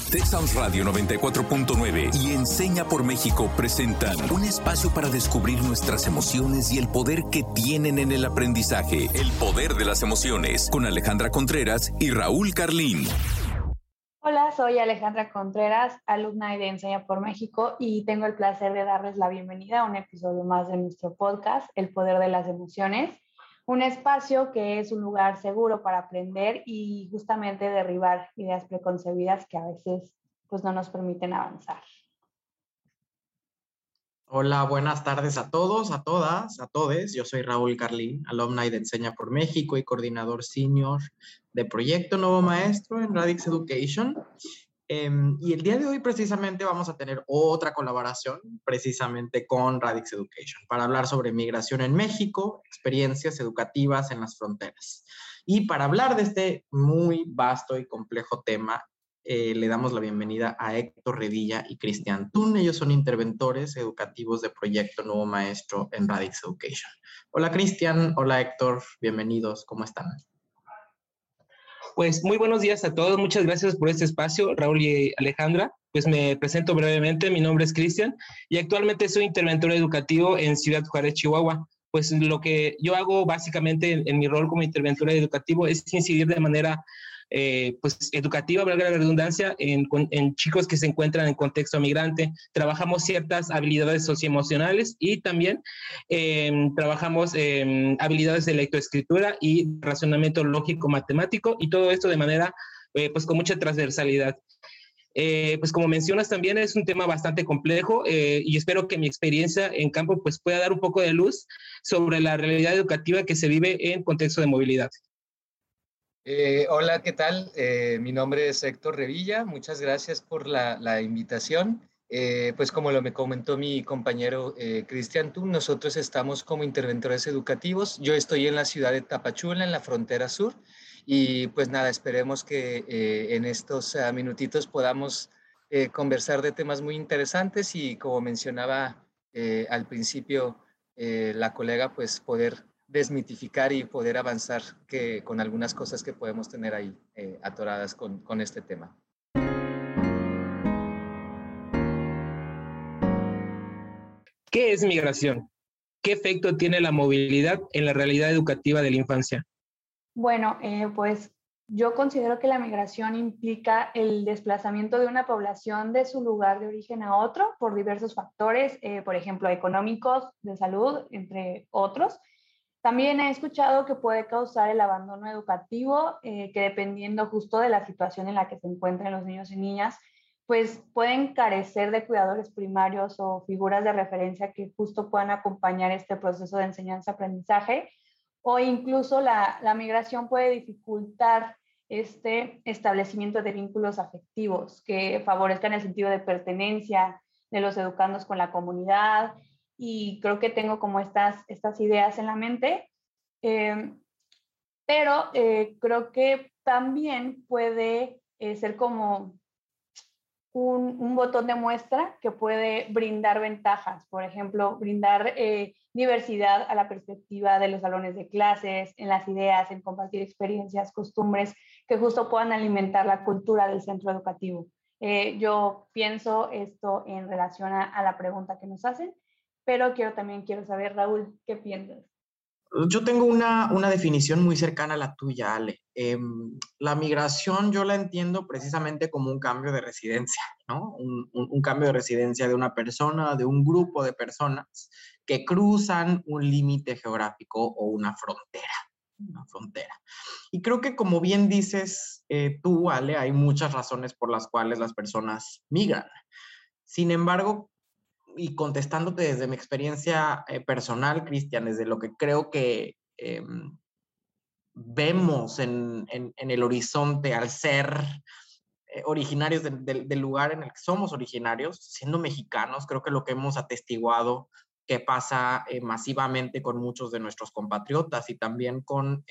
Tech Sounds Radio 94.9 y Enseña por México presentan un espacio para descubrir nuestras emociones y el poder que tienen en el aprendizaje. El poder de las emociones, con Alejandra Contreras y Raúl Carlín. Hola, soy Alejandra Contreras, alumna de Enseña por México, y tengo el placer de darles la bienvenida a un episodio más de nuestro podcast, El poder de las emociones. Un espacio que es un lugar seguro para aprender y justamente derribar ideas preconcebidas que a veces pues, no nos permiten avanzar. Hola, buenas tardes a todos, a todas, a todes. Yo soy Raúl Carlín, alumni de Enseña por México y coordinador senior de Proyecto Nuevo Maestro en Radix Education. Y el día de hoy precisamente vamos a tener otra colaboración precisamente con Radix Education para hablar sobre migración en México, experiencias educativas en las fronteras. Y para hablar de este muy vasto y complejo tema, le damos la bienvenida a Héctor Revilla y Cristian Tun. Ellos son interventores educativos de Proyecto Nuevo Maestro en Radix Education. Hola Cristian, hola Héctor, bienvenidos, ¿cómo están? Pues muy buenos días a todos, muchas gracias por este espacio, Raúl y Alejandra. Pues me presento brevemente, mi nombre es Cristian y actualmente soy interventor educativo en Ciudad Juárez, Chihuahua. Pues lo que yo hago básicamente en mi rol como interventor educativo es incidir de manera pues educativa, valga la redundancia, en chicos que se encuentran en contexto migrante. Trabajamos ciertas habilidades socioemocionales y también trabajamos habilidades de lectoescritura y razonamiento lógico matemático, y todo esto de manera pues con mucha transversalidad. Pues como mencionas también es un tema bastante complejo y espero que mi experiencia en campo pues pueda dar un poco de luz sobre la realidad educativa que se vive en contexto de movilidad. Hola, ¿qué tal? Mi nombre es Héctor Revilla, muchas gracias por la invitación. Pues como me comentó mi compañero Cristian Tun, nosotros estamos como interventores educativos. Yo estoy en la ciudad de Tapachula, en la frontera sur, y pues nada, esperemos que en estos minutitos podamos conversar de temas muy interesantes y, como mencionaba al principio la colega, pues poder desmitificar y poder avanzar con algunas cosas que podemos tener ahí atoradas con este tema. ¿Qué es migración? ¿Qué efecto tiene la movilidad en la realidad educativa de la infancia? Bueno, pues yo considero que la migración implica el desplazamiento de una población de su lugar de origen a otro por diversos factores, por ejemplo, económicos, de salud, entre otros. También he escuchado que puede causar el abandono educativo, que dependiendo justo de la situación en la que se encuentren los niños y niñas, pues pueden carecer de cuidadores primarios o figuras de referencia que justo puedan acompañar este proceso de enseñanza-aprendizaje, o incluso la migración puede dificultar este establecimiento de vínculos afectivos que favorezcan el sentido de pertenencia de los educandos con la comunidad. Y creo que tengo como estas ideas en la mente, pero creo que también puede ser como un botón de muestra que puede brindar ventajas, por ejemplo, brindar diversidad a la perspectiva de los salones de clases, en las ideas, en compartir experiencias, costumbres que justo puedan alimentar la cultura del centro educativo. Yo pienso esto en relación a la pregunta que nos hacen, pero también quiero saber, Raúl, ¿qué piensas? Yo tengo una definición muy cercana a la tuya, Ale. La migración yo la entiendo precisamente como un cambio de residencia, ¿no? Un cambio de residencia de una persona, de un grupo de personas que cruzan un límite geográfico o una frontera. Y creo que, como bien dices tú, Ale, hay muchas razones por las cuales las personas migran. Sin embargo, y contestándote desde mi experiencia personal, Cristian, desde lo que creo que vemos en el horizonte al ser originarios del lugar en el que somos originarios, siendo mexicanos, creo que lo que hemos atestiguado que pasa masivamente con muchos de nuestros compatriotas y también con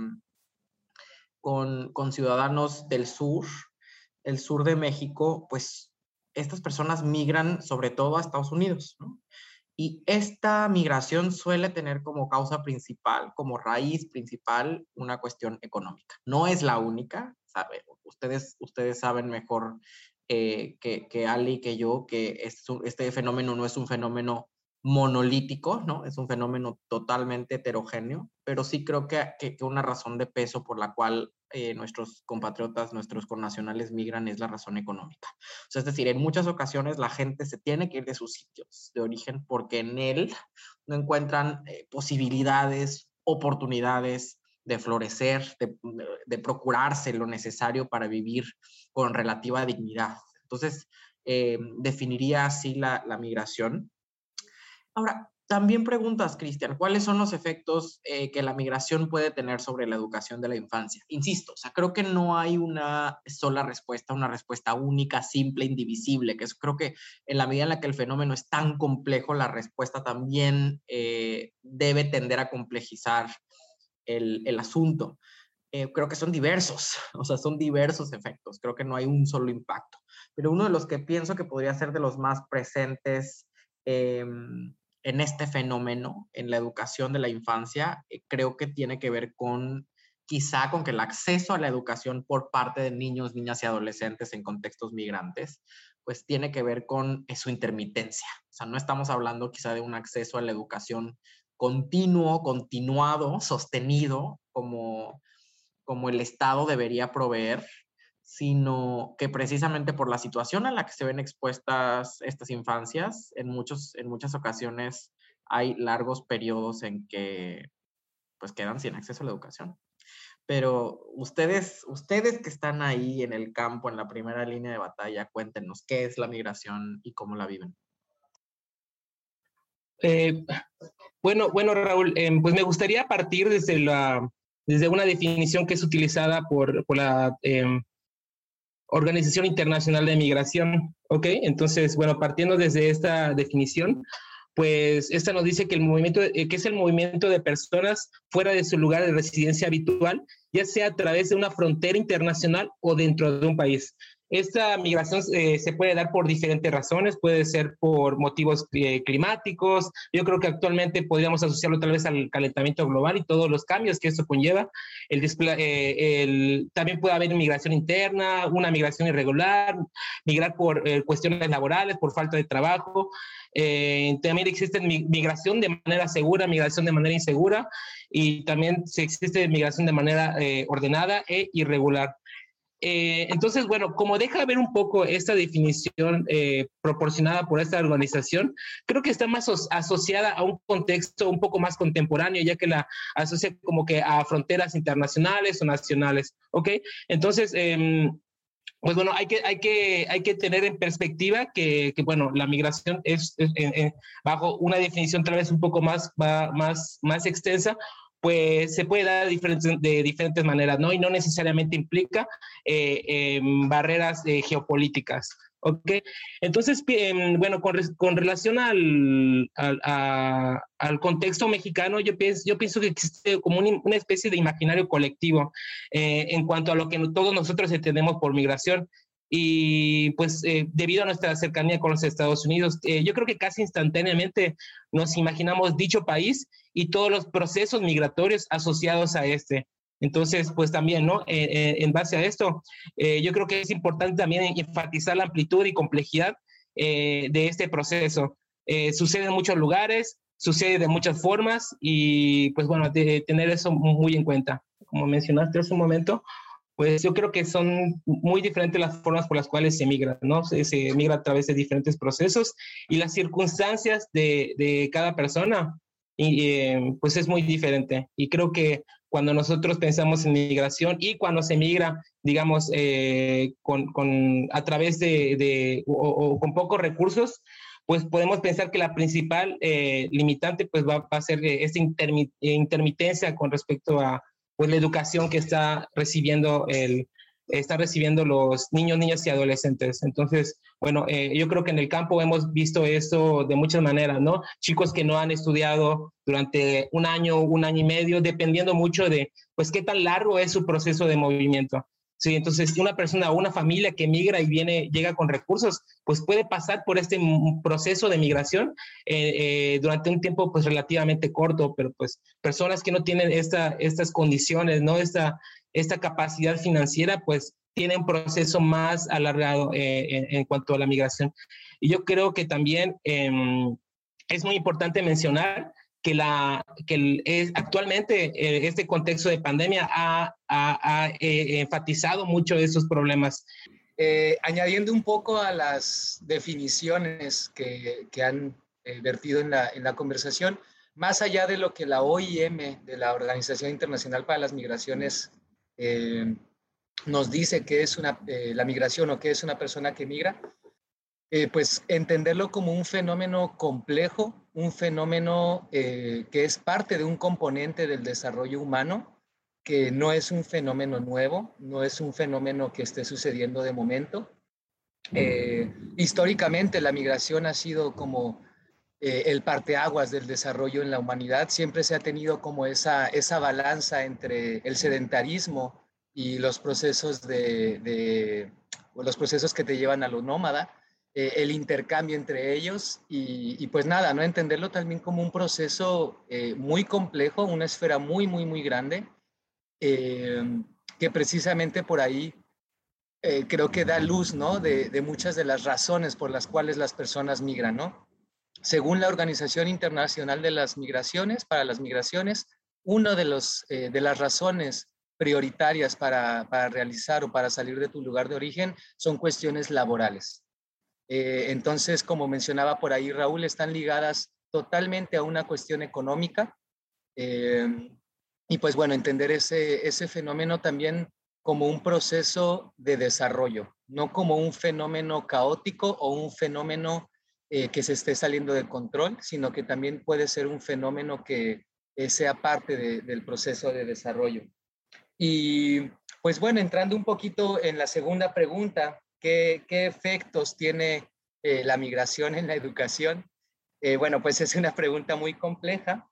ciudadanos del sur, el sur de México, pues estas personas migran sobre todo a Estados Unidos, ¿no? Y esta migración suele tener como causa principal, como raíz principal, una cuestión económica. No es la única, ¿sabe? Ustedes saben mejor que Ali y que yo, que este fenómeno no es un fenómeno monolítico, ¿no? Es un fenómeno totalmente heterogéneo, pero sí creo que una razón de peso por la cual nuestros compatriotas, nuestros connacionales migran es la razón económica. O sea, es decir, en muchas ocasiones la gente se tiene que ir de sus sitios de origen porque en él no encuentran posibilidades, oportunidades de florecer, de procurarse lo necesario para vivir con relativa dignidad. Entonces, definiría así la migración. Ahora, también preguntas, Cristian, ¿cuáles son los efectos que la migración puede tener sobre la educación de la infancia? Insisto, o sea, creo que no hay una sola respuesta, una respuesta única, simple, indivisible, que creo que en la medida en la que el fenómeno es tan complejo, la respuesta también debe tender a complejizar el asunto. Creo que son diversos, o sea, son diversos efectos, creo que no hay un solo impacto, pero uno de los que pienso que podría ser de los más presentes en este fenómeno, en la educación de la infancia, creo que tiene que ver quizá con que el acceso a la educación por parte de niños, niñas y adolescentes en contextos migrantes, pues tiene que ver con su intermitencia. O sea, no estamos hablando quizá de un acceso a la educación continuado, sostenido, como el Estado debería proveer, sino que precisamente por la situación a la que se ven expuestas estas infancias, en muchas ocasiones hay largos periodos en que pues quedan sin acceso a la educación. Pero ustedes que están ahí en el campo, en la primera línea de batalla, cuéntenos qué es la migración y cómo la viven. Bueno, Raúl, pues me gustaría partir desde una definición que es utilizada por la Organización Internacional de Migración, ¿ok? Entonces, bueno, partiendo desde esta definición, pues esta nos dice que que es el movimiento de personas fuera de su lugar de residencia habitual, ya sea a través de una frontera internacional o dentro de un país. Esta migración se puede dar por diferentes razones, puede ser por motivos climáticos. Yo creo que actualmente podríamos asociarlo tal vez al calentamiento global y todos los cambios que eso conlleva. También puede haber migración interna, una migración irregular, migrar por cuestiones laborales, por falta de trabajo. También existe migración de manera segura, migración de manera insegura, y también existe migración de manera ordenada e irregular. Entonces, bueno, como deja ver un poco esta definición proporcionada por esta organización, creo que está más asociada a un contexto un poco más contemporáneo, ya que la asocia como que a fronteras internacionales o nacionales, ¿ok? Entonces, pues bueno, hay que tener en perspectiva que bueno, la migración es bajo una definición tal vez un poco más extensa, pues se puede dar de diferentes maneras, ¿no? Y no necesariamente implica barreras geopolíticas, ¿ok? Entonces, bueno, con relación al contexto mexicano, yo pienso que existe como una especie de imaginario colectivo en cuanto a lo que todos nosotros entendemos por migración. Y pues debido a nuestra cercanía con los Estados Unidos, yo creo que casi instantáneamente nos imaginamos dicho país y todos los procesos migratorios asociados a este. Entonces, pues también, ¿no? En base a esto, yo creo que es importante también enfatizar la amplitud y complejidad de este proceso. Sucede en muchos lugares, sucede de muchas formas y pues bueno, tener eso muy en cuenta. Como mencionaste hace un momento, pues yo creo que son muy diferentes las formas por las cuales se migra, ¿no? Se migra a través de diferentes procesos y las circunstancias de cada persona, pues es muy diferente. Y creo que cuando nosotros pensamos en migración y cuando se migra, digamos, a través o con pocos recursos, pues podemos pensar que la principal limitante pues va a ser esta intermitencia con respecto a pues la educación que están recibiendo los niños, niñas y adolescentes. Entonces, bueno, yo creo que en el campo hemos visto esto de muchas maneras, ¿no? Chicos que no han estudiado durante un año y medio, dependiendo mucho de, pues, qué tan largo es su proceso de movimiento. Sí, entonces una persona o una familia que migra y llega con recursos, pues puede pasar por este proceso de migración durante un tiempo pues relativamente corto, pero pues personas que no tienen estas condiciones, ¿no? Esta capacidad financiera, pues tiene un proceso más alargado en cuanto a la migración. Y yo creo que también es muy importante mencionar que actualmente este contexto de pandemia ha enfatizado mucho esos problemas. Añadiendo un poco a las definiciones que han vertido en la conversación, más allá de lo que la OIM, de la Organización Internacional para las Migraciones, nos dice que es la migración o que es una persona que migra, pues entenderlo como un fenómeno complejo, un fenómeno que es parte de un componente del desarrollo humano, que no es un fenómeno nuevo, no es un fenómeno que esté sucediendo de momento. Históricamente la migración ha sido como el parteaguas del desarrollo en la humanidad. Siempre se ha tenido como esa balanza entre el sedentarismo y los procesos los procesos que te llevan a lo nómada, el intercambio entre ellos y pues nada, ¿no? Entenderlo también como un proceso muy complejo, una esfera muy, muy, muy grande, que precisamente por ahí creo que da luz, ¿no? De muchas de las razones por las cuales las personas migran, ¿no? Según la Organización Internacional de las Migraciones, para las migraciones, una de las razones prioritarias para realizar o para salir de tu lugar de origen son cuestiones laborales. Entonces, como mencionaba por ahí Raúl, están ligadas totalmente a una cuestión económica. Y pues bueno, entender ese fenómeno también como un proceso de desarrollo, no como un fenómeno caótico o un fenómeno que se esté saliendo de control, sino que también puede ser un fenómeno que sea parte del proceso de desarrollo. Y pues bueno, entrando un poquito en la segunda pregunta, ¿qué efectos tiene la migración en la educación? Bueno, pues es una pregunta muy compleja.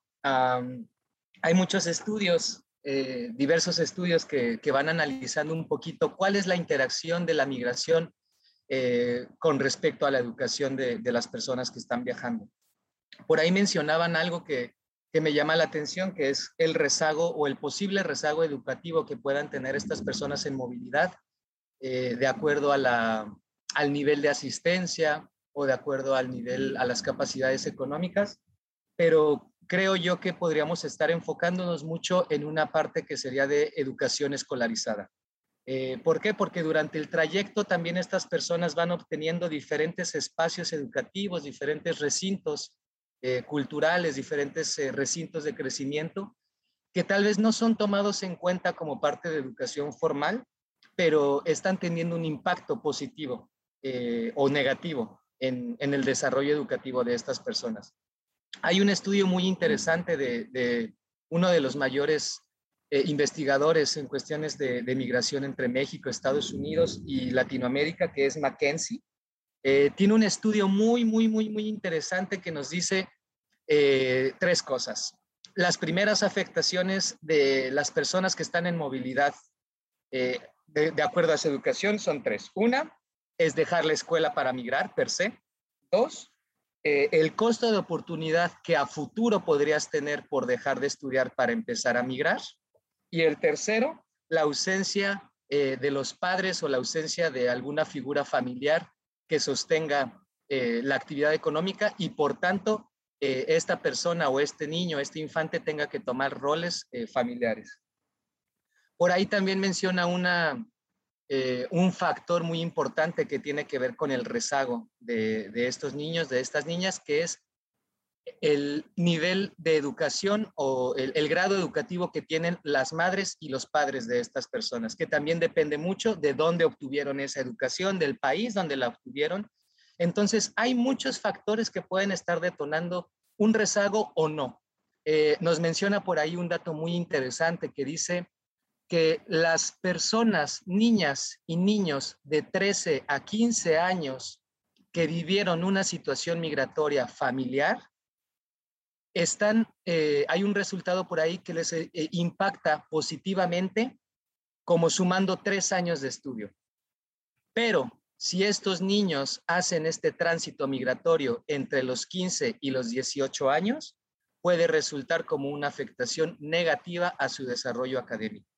Hay muchos estudios, diversos estudios que van analizando un poquito cuál es la interacción de la migración con respecto a la educación de las personas que están viajando. Por ahí mencionaban algo que me llama la atención, que es el rezago o el posible rezago educativo que puedan tener estas personas en movilidad, de acuerdo al nivel de asistencia o de acuerdo a las capacidades económicas, pero creo yo que podríamos estar enfocándonos mucho en una parte que sería de educación escolarizada. ¿Por qué? Porque durante el trayecto también estas personas van obteniendo diferentes espacios educativos, diferentes recintos culturales, diferentes recintos de crecimiento, que tal vez no son tomados en cuenta como parte de educación formal, pero están teniendo un impacto positivo o negativo en el desarrollo educativo de estas personas. Hay un estudio muy interesante de uno de los mayores investigadores en cuestiones de migración entre México, Estados Unidos y Latinoamérica, que es McKinsey. Tiene un estudio muy, muy, muy, muy interesante que nos dice tres cosas. Las primeras afectaciones de las personas que están en movilidad de acuerdo a su educación son tres. Una es dejar la escuela para migrar per se. Dos, el costo de oportunidad que a futuro podrías tener por dejar de estudiar para empezar a migrar. Y el tercero, la ausencia de los padres o la ausencia de alguna figura familiar que sostenga la actividad económica y por tanto esta persona o este niño, este infante tenga que tomar roles familiares. Por ahí también menciona un factor muy importante que tiene que ver con el rezago de estos niños, de estas niñas, que es el nivel de educación o el grado educativo que tienen las madres y los padres de estas personas, que también depende mucho de dónde obtuvieron esa educación, del país donde la obtuvieron. Entonces, hay muchos factores que pueden estar detonando un rezago o no. Nos menciona por ahí un dato muy interesante que dice que las personas, niñas y niños de 13 a 15 años que vivieron una situación migratoria familiar, hay un resultado por ahí que les impacta positivamente como sumando 3 años de estudio. Pero si estos niños hacen este tránsito migratorio entre los 15 y los 18 años, puede resultar como una afectación negativa a su desarrollo académico.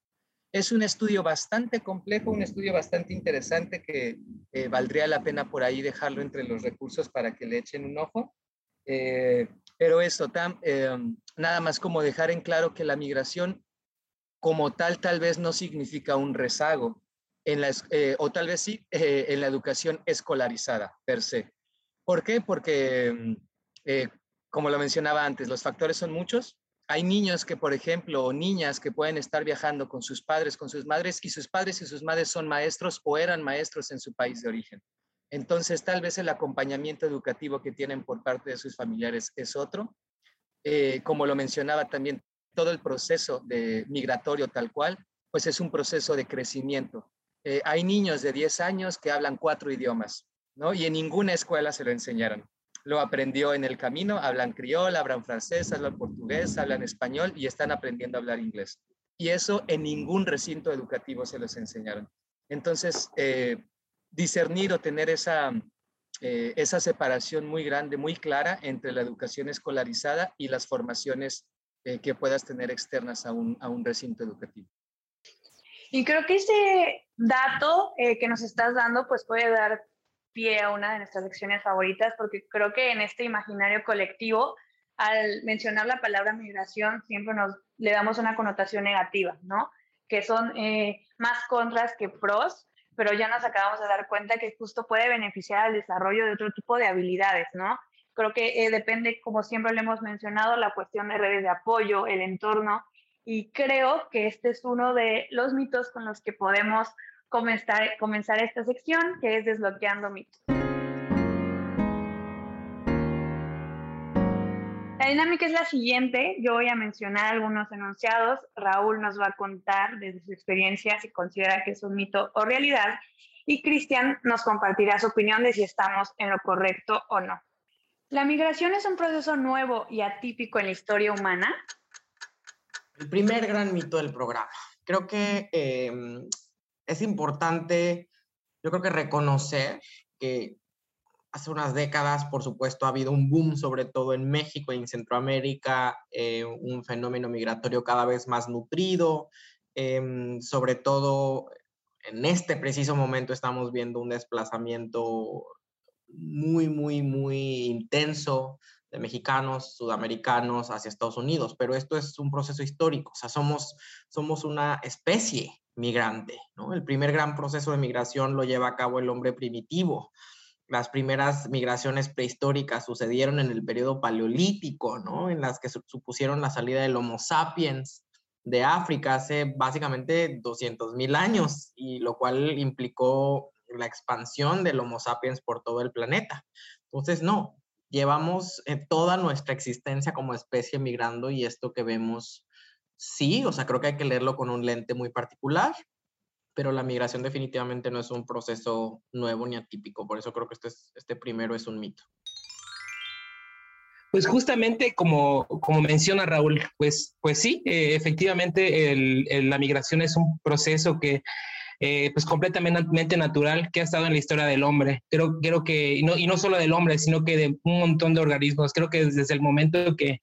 Es un estudio bastante complejo, un estudio bastante interesante que valdría la pena por ahí dejarlo entre los recursos para que le echen un ojo. Pero esto, nada más como dejar en claro que la migración como tal vez no significa un rezago, o tal vez sí, en la educación escolarizada per se. ¿Por qué? Porque, como lo mencionaba antes, los factores son muchos. Hay niños que, por ejemplo, o niñas que pueden estar viajando con sus padres, con sus madres, y sus padres y sus madres son maestros o eran maestros en su país de origen. Entonces, tal vez el acompañamiento educativo que tienen por parte de sus familiares es otro. Como lo mencionaba también, todo el proceso de migratorio tal cual, pues es un proceso de crecimiento. Hay niños de 10 años que hablan 4 idiomas, ¿no? Y en ninguna escuela se lo enseñaron. Lo aprendió en el camino, hablan criolla, hablan francés, hablan portugués, hablan español y están aprendiendo a hablar inglés. Y eso en ningún recinto educativo se los enseñaron. Entonces, discernir o tener esa separación muy grande, muy clara entre la educación escolarizada y las formaciones que puedas tener externas a un recinto educativo. Y creo que ese dato que nos estás dando pues puede dar pie a una de nuestras lecciones favoritas, porque creo que en este imaginario colectivo, al mencionar la palabra migración, siempre le damos una connotación negativa, ¿no? Que son más contras que pros, pero ya nos acabamos de dar cuenta que justo puede beneficiar al desarrollo de otro tipo de habilidades, ¿no? Creo que depende, como siempre le hemos mencionado, la cuestión de redes de apoyo, el entorno, y creo que este es uno de los mitos con los que podemos comenzar esta sección, que es Desbloqueando Mitos. La dinámica es la siguiente. Yo voy a mencionar algunos enunciados. Raúl nos va a contar desde su experiencia si considera que es un mito o realidad. Y Cristian nos compartirá su opinión de si estamos en lo correcto o no. ¿La migración es un proceso nuevo y atípico en la historia humana? El primer gran mito del programa. Creo que es importante, yo creo que reconocer que hace unas décadas, por supuesto, ha habido un boom, sobre todo en México y en Centroamérica, un fenómeno migratorio cada vez más nutrido. Sobre todo, en este preciso momento estamos viendo un desplazamiento muy, muy, muy intenso de mexicanos, sudamericanos hacia Estados Unidos, pero esto es un proceso histórico, o sea, somos una especie migrante, ¿no? El primer gran proceso de migración lo lleva a cabo el hombre primitivo. Las primeras migraciones prehistóricas sucedieron en el periodo paleolítico, ¿no? En las que supusieron la salida del Homo sapiens de África hace básicamente 200,000 años, y lo cual implicó la expansión del Homo sapiens por todo el planeta. Entonces, no, llevamos toda nuestra existencia como especie migrando, y esto que vemos, sí, o sea, creo que hay que leerlo con un lente muy particular, pero la migración definitivamente no es un proceso nuevo ni atípico. Por eso creo que este primero es un mito. Pues justamente como menciona Raúl, pues sí, efectivamente la migración es un proceso que pues completamente natural que ha estado en la historia del hombre. Creo que, y no solo del hombre, sino que de un montón de organismos. Creo que desde el momento que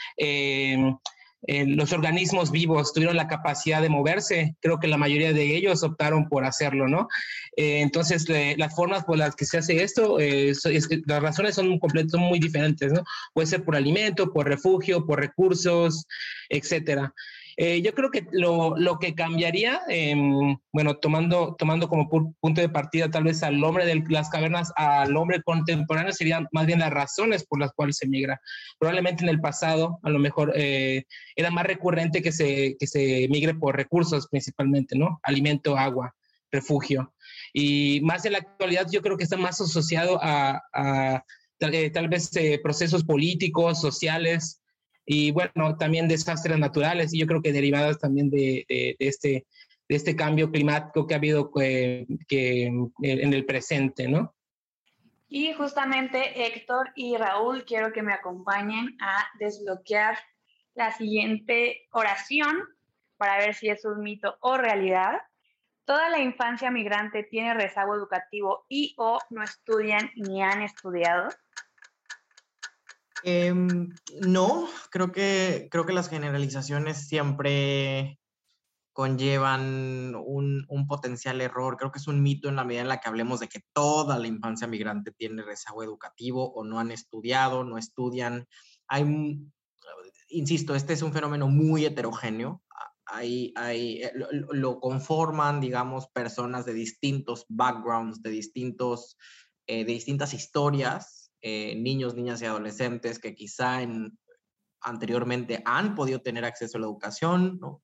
los organismos vivos tuvieron la capacidad de moverse, creo que la mayoría de ellos optaron por hacerlo, ¿no? Entonces, las formas por las que se hace esto, las razones son muy diferentes, ¿no? Puede ser por alimento, por refugio, por recursos, etcétera. Yo creo que lo que cambiaría, bueno, tomando como punto de partida tal vez al hombre de las cavernas, al hombre contemporáneo, serían más bien las razones por las cuales se migra. Probablemente en el pasado, a lo mejor, era más recurrente que se migre por recursos principalmente, ¿no? Alimento, agua, refugio. Y más en la actualidad yo creo que está más asociado a tal vez procesos políticos, sociales, y bueno, también desastres naturales, y yo creo que derivadas también de este cambio climático que ha habido en el presente, ¿no? Y justamente Héctor y Raúl, quiero que me acompañen a desbloquear la siguiente oración para ver si es un mito o realidad. Toda la infancia migrante tiene rezago educativo y o no estudian ni han estudiado. No, creo que las generalizaciones siempre conllevan un potencial error. Creo que es un mito en la medida en la que hablemos de que toda la infancia migrante tiene rezago educativo o no han estudiado, no estudian. Insisto, este es un fenómeno muy heterogéneo. Lo conforman, digamos, personas de distintos backgrounds, de distintas historias, niños, niñas y adolescentes que quizá anteriormente han podido tener acceso a la educación, ¿no?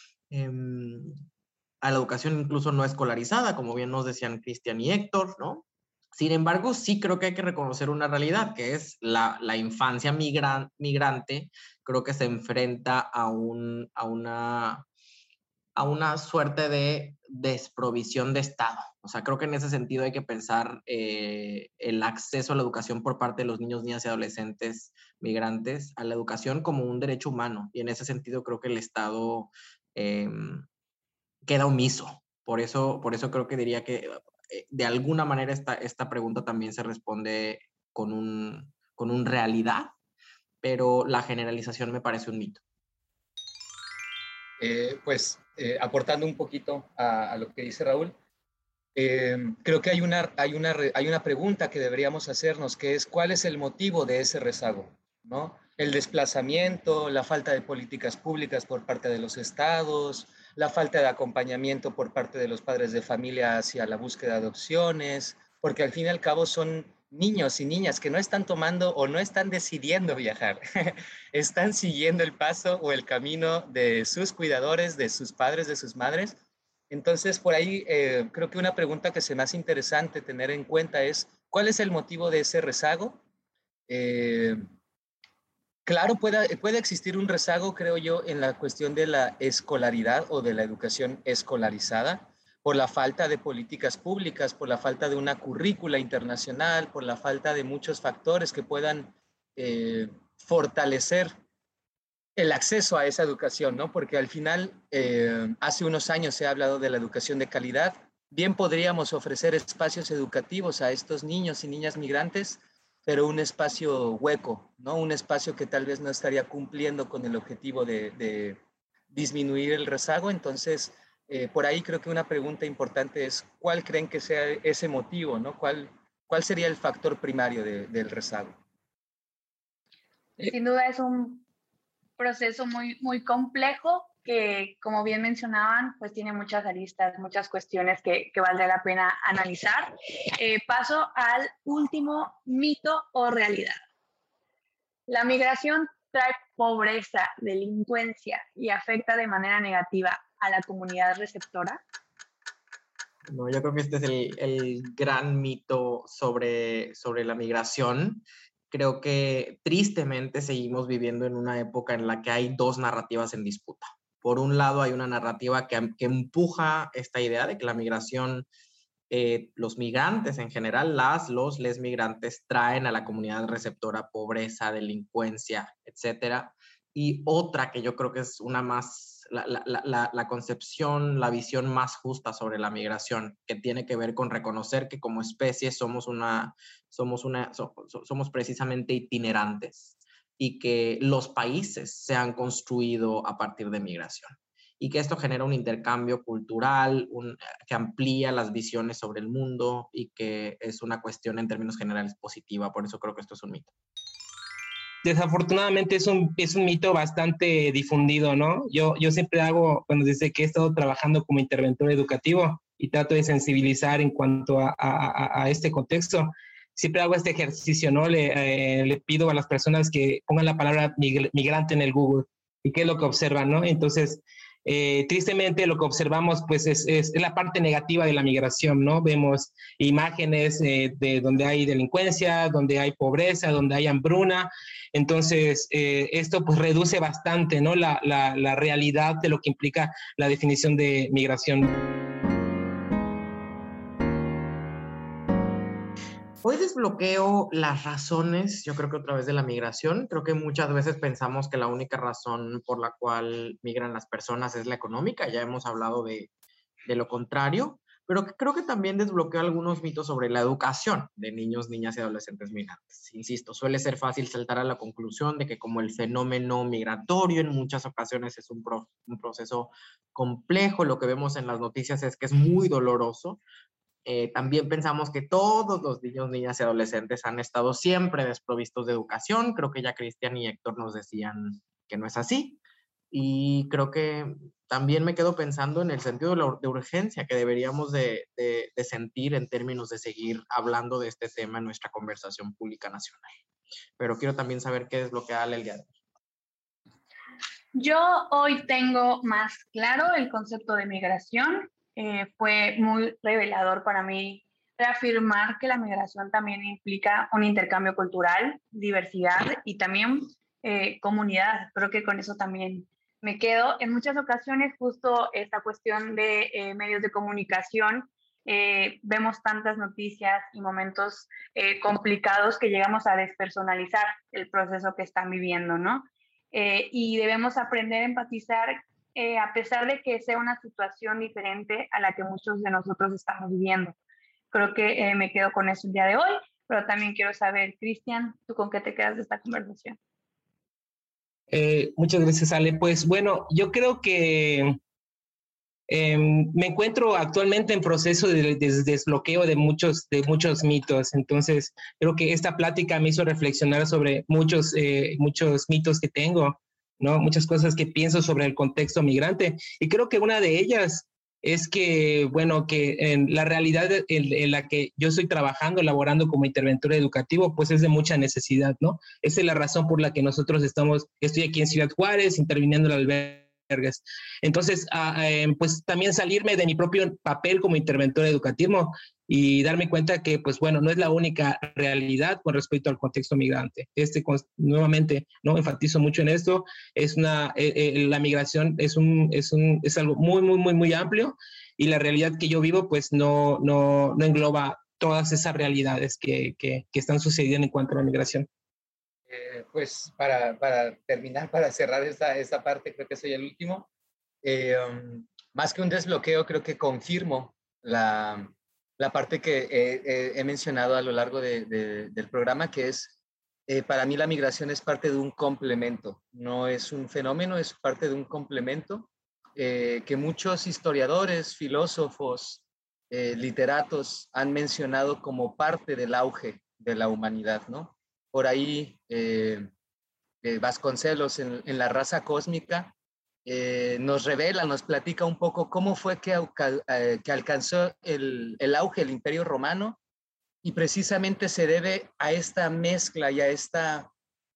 A la educación incluso no escolarizada, como bien nos decían Cristian y Héctor, ¿no? Sin embargo, sí creo que hay que reconocer una realidad, que es la infancia migrante, creo que se enfrenta a una suerte de desprovisión de Estado. O sea, creo que en ese sentido hay que pensar el acceso a la educación por parte de los niños, niñas y adolescentes migrantes a la educación como un derecho humano. Y en ese sentido creo que el Estado queda omiso. Por eso creo que diría que de alguna manera esta pregunta también se responde con un realidad, pero la generalización me parece un mito. Aportando un poquito a lo que dice Raúl, creo que hay una pregunta que deberíamos hacernos, que es ¿cuál es el motivo de ese rezago? ¿No? El desplazamiento, la falta de políticas públicas por parte de los estados, la falta de acompañamiento por parte de los padres de familia hacia la búsqueda de opciones, porque al fin y al cabo son niños y niñas que no están tomando o no están decidiendo viajar, están siguiendo el paso o el camino de sus cuidadores, de sus padres, de sus madres. Entonces, por ahí creo que una pregunta que se me hace interesante tener en cuenta es, ¿cuál es el motivo de ese rezago? Claro, puede existir un rezago, creo yo, en la cuestión de la escolaridad o de la educación escolarizada, por la falta de políticas públicas, por la falta de una currícula internacional, por la falta de muchos factores que puedan fortalecer el acceso a esa educación, ¿no? Porque al final, hace unos años se ha hablado de la educación de calidad. Bien podríamos ofrecer espacios educativos a estos niños y niñas migrantes, pero un espacio hueco, ¿no? Un espacio que tal vez no estaría cumpliendo con el objetivo de disminuir el rezago. Entonces, por ahí creo que una pregunta importante es, ¿cuál creen que sea ese motivo, ¿no? ¿Cuál sería el factor primario del rezago? Sin duda es un proceso muy, muy complejo que, como bien mencionaban, pues tiene muchas aristas, muchas cuestiones que vale la pena analizar. Paso al último mito o realidad. La migración trae pobreza, delincuencia y afecta de manera negativa a la comunidad receptora. No, yo creo que este es el gran mito sobre la migración. Creo que tristemente seguimos viviendo en una época en la que hay dos narrativas en disputa. Por un lado, hay una narrativa que empuja esta idea de que la migración, los migrantes en general, les migrantes traen a la comunidad receptora pobreza, delincuencia, etcétera. Y otra que yo creo que es la concepción, la visión más justa sobre la migración, que tiene que ver con reconocer que como especie somos precisamente itinerantes y que los países se han construido a partir de migración y que esto genera un intercambio cultural que amplía las visiones sobre el mundo y que es una cuestión en términos generales positiva. Por eso creo que esto es un mito. Desafortunadamente es un mito bastante difundido, ¿no? Yo siempre bueno, desde que he estado trabajando como interventor educativo y trato de sensibilizar en cuanto a este contexto, siempre hago este ejercicio, ¿no? Le pido a las personas que pongan la palabra migrante en el Google y qué es lo que observan, ¿no? Entonces, tristemente lo que observamos pues es la parte negativa de la migración, ¿no? Vemos imágenes de donde hay delincuencia, donde hay pobreza, donde hay hambruna. Entonces, esto pues reduce bastante, ¿no? la realidad de lo que implica la definición de migración. Hoy desbloqueo las razones, yo creo que a través de la migración. Creo que muchas veces pensamos que la única razón por la cual migran las personas es la económica. Ya hemos hablado de lo contrario, pero creo que también desbloqueó algunos mitos sobre la educación de niños, niñas y adolescentes migrantes. Insisto, suele ser fácil saltar a la conclusión de que como el fenómeno migratorio en muchas ocasiones es un proceso complejo, lo que vemos en las noticias es que es muy doloroso. También pensamos que todos los niños, niñas y adolescentes han estado siempre desprovistos de educación. Creo que ya Cristian y Héctor nos decían que no es así. Y creo que también me quedo pensando en el sentido de urgencia que deberíamos de sentir en términos de seguir hablando de este tema en nuestra conversación pública nacional. Pero quiero también saber qué desbloquea Ale el día de hoy. Yo hoy tengo más claro el concepto de migración. Fue muy revelador para mí reafirmar que la migración también implica un intercambio cultural, diversidad y también comunidad. Creo que con eso también me quedo. En muchas ocasiones justo esta cuestión de medios de comunicación, vemos tantas noticias y momentos complicados que llegamos a despersonalizar el proceso que están viviendo, ¿no? Y debemos aprender a empatizar a pesar de que sea una situación diferente a la que muchos de nosotros estamos viviendo. Creo que me quedo con eso el día de hoy, pero también quiero saber, Cristian, ¿tú con qué te quedas de esta conversación? Muchas gracias, Ale. Pues bueno, yo creo que me encuentro actualmente en proceso de desbloqueo de muchos mitos. Entonces, creo que esta plática me hizo reflexionar sobre muchos mitos que tengo, ¿no? Muchas cosas que pienso sobre el contexto migrante. Y creo que una de ellas es que, bueno, que en la realidad en la que yo estoy trabajando, elaborando como interventor educativo, pues es de mucha necesidad, ¿no? Esa es la razón por la que estoy aquí en Ciudad Juárez, interviniendo en albergues. Entonces, pues también salirme de mi propio papel como interventor educativo y darme cuenta que, pues bueno, no es la única realidad con respecto al contexto migrante. Nuevamente, no enfatizo mucho en esto, la migración es algo muy, muy, muy, muy amplio y la realidad que yo vivo, pues no engloba todas esas realidades que están sucediendo en cuanto a la migración. Pues para terminar, para cerrar esta parte, creo que soy el último. Más que un desbloqueo, creo que confirmo la parte que he mencionado a lo largo del programa, que es, para mí la migración es parte de un complemento, no es un fenómeno, es parte de un complemento que muchos historiadores, filósofos, literatos han mencionado como parte del auge de la humanidad, ¿no? Por ahí Vasconcelos en La raza cósmica nos revela, nos platica un poco cómo fue que alcanzó el auge el Imperio Romano, y precisamente se debe a esta mezcla y a esta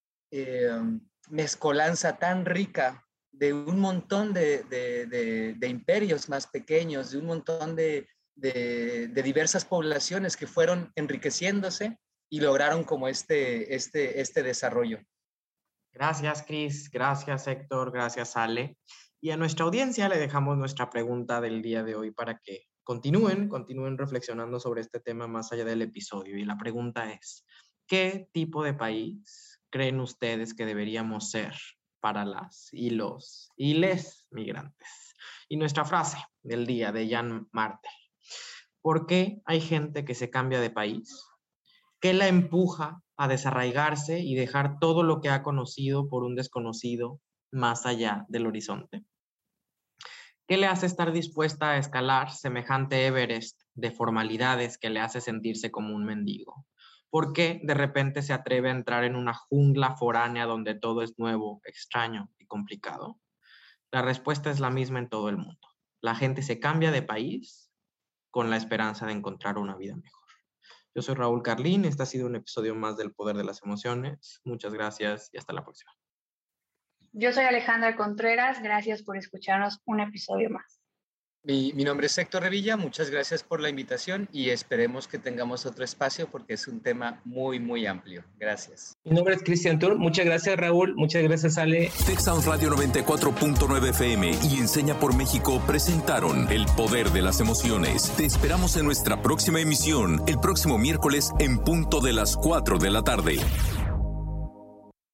mezcolanza tan rica de un montón de imperios más pequeños, de un montón de diversas poblaciones que fueron enriqueciéndose y lograron como este desarrollo. Gracias, Cris. Gracias, Héctor. Gracias, Ale. Y a nuestra audiencia le dejamos nuestra pregunta del día de hoy para que continúen reflexionando sobre este tema más allá del episodio. Y la pregunta es, ¿qué tipo de país creen ustedes que deberíamos ser para las y los y les migrantes? Y nuestra frase del día de Jan Martel. ¿Por qué hay gente que se cambia de país? ¿Qué la empuja a desarraigarse y dejar todo lo que ha conocido por un desconocido más allá del horizonte? ¿Qué le hace estar dispuesta a escalar semejante Everest de formalidades que le hace sentirse como un mendigo? ¿Por qué de repente se atreve a entrar en una jungla foránea donde todo es nuevo, extraño y complicado? La respuesta es la misma en todo el mundo. La gente se cambia de país con la esperanza de encontrar una vida mejor. Yo soy Raúl Carlín, este ha sido un episodio más del Poder de las Emociones. Muchas gracias y hasta la próxima. Yo soy Alejandra Contreras, gracias por escucharnos un episodio más. Mi nombre es Héctor Revilla, muchas gracias por la invitación y esperemos que tengamos otro espacio porque es un tema muy, muy amplio. Gracias. Mi nombre es Cristian Tur, muchas gracias Raúl, muchas gracias Ale. Tech Sounds Radio 94.9 FM y Enseña por México presentaron El Poder de las Emociones. Te esperamos en nuestra próxima emisión, el próximo miércoles en punto de las 4 de la tarde.